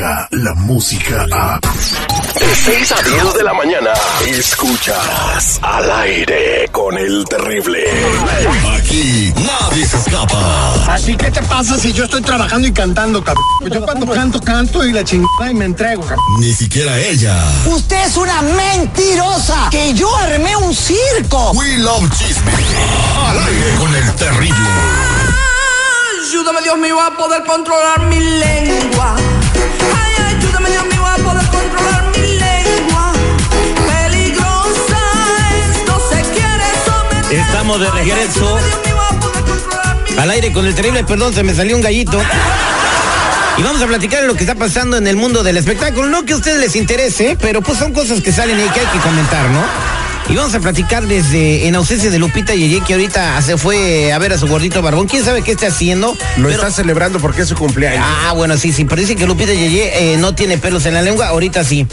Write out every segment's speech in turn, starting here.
Descarga la música a... De 6 a 10 de la mañana, escuchas Al Aire con el Terrible. Aquí nadie se escapa. Así que te pasa si yo estoy trabajando y cantando, cabrón. Yo cuando canto y la chingada y me entrego, cabrón. Ni siquiera ella. Usted es una mentirosa, que yo armé un circo. We Love Chisme. Al Aire con el Terrible. Ayúdame, Dios mío, a poder controlar mi lengua. Ay, ayúdame, Dios mío, a poder controlar mi lengua. Peligrosa es, no se quiere someter. Estamos de regreso. Al Aire con el Terrible, perdón, se me salió un gallito. Y vamos a platicar de lo que está pasando en el mundo del espectáculo. No que a ustedes les interese, pero pues son cosas que salen y que hay que comentar, ¿no? Y vamos a platicar desde en ausencia de Lupita Yeye, que ahorita se fue a ver a su gordito barbón. ¿Quién sabe qué está haciendo? Está celebrando porque es su cumpleaños. Ah, bueno, sí, pero dicen que Lupita Yeye no tiene pelos en la lengua, ahorita sí.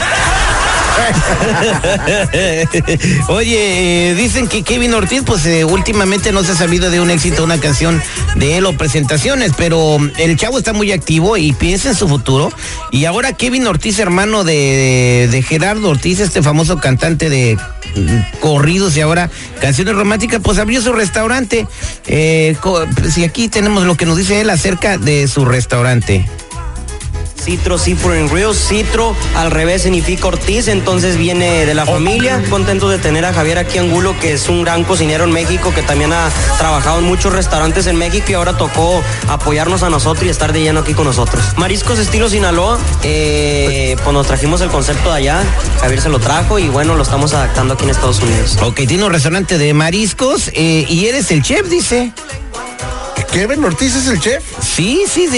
Oye, dicen que Kevin Ortiz, pues últimamente no se ha sabido de un éxito, una canción de él o presentaciones, pero el chavo está muy activo y piensa en su futuro. Y ahora Kevin Ortiz, hermano de Gerardo Ortiz, este famoso cantante de corridos y ahora canciones románticas, pues abrió su restaurante. Si aquí tenemos lo que nos dice él acerca de su restaurante. Citro en Ríos, Citro al revés significa Ortiz, entonces viene de la familia. Contento de tener a Javier aquí Angulo, que es un gran cocinero en México, que también ha trabajado en muchos restaurantes en México y ahora tocó apoyarnos a nosotros y estar de lleno aquí con nosotros. Mariscos estilo Sinaloa, pues nos trajimos el concepto de allá, Javier se lo trajo y bueno, lo estamos adaptando aquí en Estados Unidos. Ok, tiene un restaurante de mariscos y eres el chef, dice. ¿Kevin Ortiz es el chef? Sí,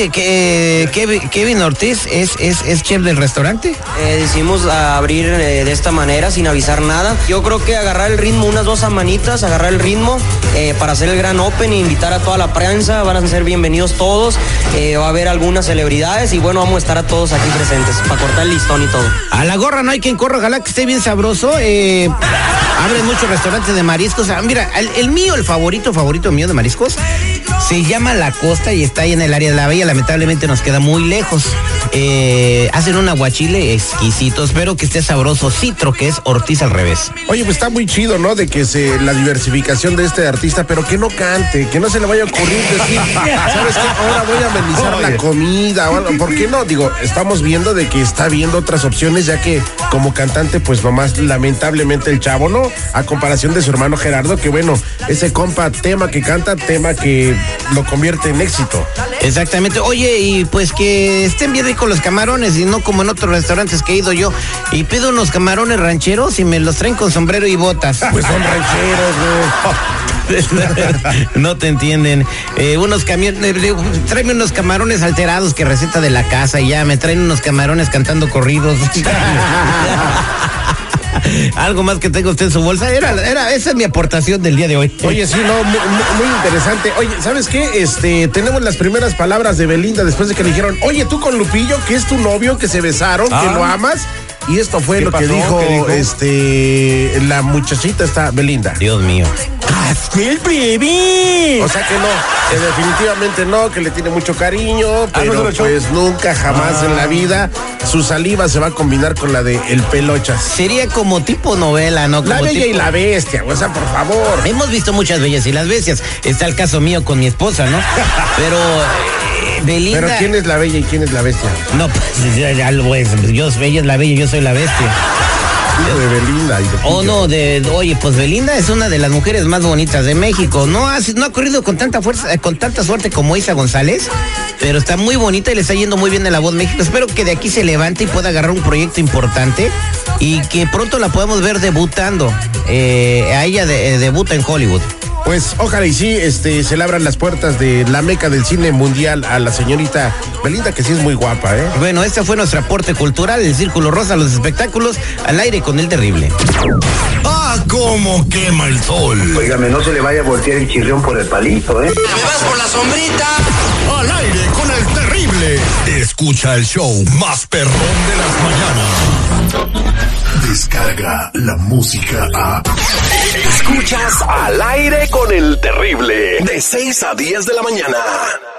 Kevin Ortiz es chef del restaurante. Decidimos abrir de esta manera, sin avisar nada. Yo creo que agarrar el ritmo, unas 2 semanitas, agarrar el ritmo para hacer el gran open e invitar a toda la prensa. Van a ser bienvenidos todos. Va a haber algunas celebridades y bueno, vamos a estar a todos aquí presentes para cortar el listón y todo. A la gorra no hay quien corra, ojalá que esté bien sabroso. Abren muchos restaurantes de mariscos. Mira, el mío, el favorito mío de mariscos, se llama La Costa y está ahí en el área de la Bahía. Lamentablemente nos queda muy lejos. Hacen un aguachile exquisito. Espero que esté sabroso. Citro, que es Ortiz al revés. Oye, pues está muy chido, ¿no? De que la diversificación de este artista, pero que no cante, que no se le vaya a ocurrir decir, ¿sabes qué? Ahora voy a amenizar la comida o algo. ¿Por qué no? Digo, estamos viendo de que está viendo otras opciones, ya que como cantante, pues nomás lamentablemente el chavo, ¿no? A comparación de su hermano Gerardo, que bueno, ese compa, tema que canta, tema que lo convierte en éxito. Exactamente. Oye, y pues que estén bien ricos los camarones y no como en otros restaurantes que he ido yo y pido unos camarones rancheros y me los traen con sombrero y botas. Pues son rancheros, güey. No te entienden. Tráeme unos camarones alterados que receta de la casa y ya me traen unos camarones cantando corridos. Algo más que tenga usted en su bolsa. Esa es mi aportación del día de hoy. Oye, sí, no, muy interesante. Oye, ¿sabes qué? Tenemos las primeras palabras de Belinda después de que le dijeron, oye, tú con Lupillo, que es tu novio, que se besaron, que lo amas. Y esto fue lo que dijo la muchachita esta Belinda. Dios mío. ¡El bebé! O sea que no, que definitivamente no, que le tiene mucho cariño, pero pues nunca, jamás en la vida su saliva se va a combinar con la de el Pelochas. Sería como tipo novela, ¿no? Como La Bella y la Bestia, o sea, por favor. Hemos visto muchas Bellas y las Bestias. Está el caso mío con mi esposa, ¿no? Pero... Belinda. ¿Pero quién es la Bella y quién es la Bestia? No, pues ella es la Bella y yo soy la Bestia. De Belinda. Oye, pues Belinda es una de las mujeres más bonitas de México. No ha corrido con tanta fuerza, con tanta suerte como Isa González, pero está muy bonita y le está yendo muy bien en La Voz México. Espero que de aquí se levante y pueda agarrar un proyecto importante y que pronto la podamos ver debutando. A ella debuta en Hollywood. Pues ojalá y sí, se le abran las puertas de la meca del cine mundial a la señorita Belinda, que sí es muy guapa, ¿eh? Bueno, este fue nuestro aporte cultural, el Círculo Rosa, los espectáculos, Al Aire con el Terrible. ¡Ah, cómo quema el sol! Óigame, no se le vaya a voltear el chirrión por el palito, ¿eh? ¡Me vas por la sombrita! Al Aire con el Terrible. Escucha el show más perrón de las mañanas. Descarga la música a... Escuchas Al Aire con el Terrible. De 6 a 10 de la mañana.